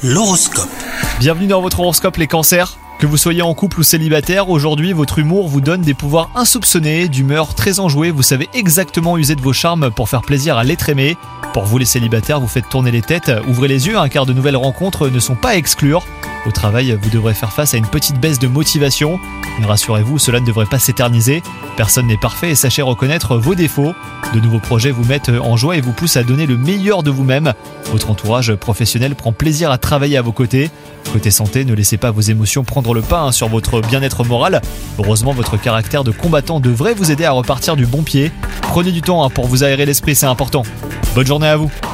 L'horoscope. Bienvenue dans votre horoscope les cancers. Que vous soyez en couple ou célibataire, aujourd'hui votre humour vous donne des pouvoirs insoupçonnés, d'humeur très enjouée, vous savez exactement user de vos charmes pour faire plaisir à l'être aimé. Pour vous les célibataires, vous faites tourner les têtes, ouvrez les yeux car de nouvelles rencontres ne sont pas à exclure. Au travail, vous devrez faire face à une petite baisse de motivation. Mais rassurez-vous, cela ne devrait pas s'éterniser. Personne n'est parfait et sachez reconnaître vos défauts. De nouveaux projets vous mettent en joie et vous poussent à donner le meilleur de vous-même. Votre entourage professionnel prend plaisir à travailler à vos côtés. Côté santé, ne laissez pas vos émotions prendre le pas sur votre bien-être moral. Heureusement, votre caractère de combattant devrait vous aider à repartir du bon pied. Prenez du temps pour vous aérer l'esprit, c'est important. Bonne journée à vous.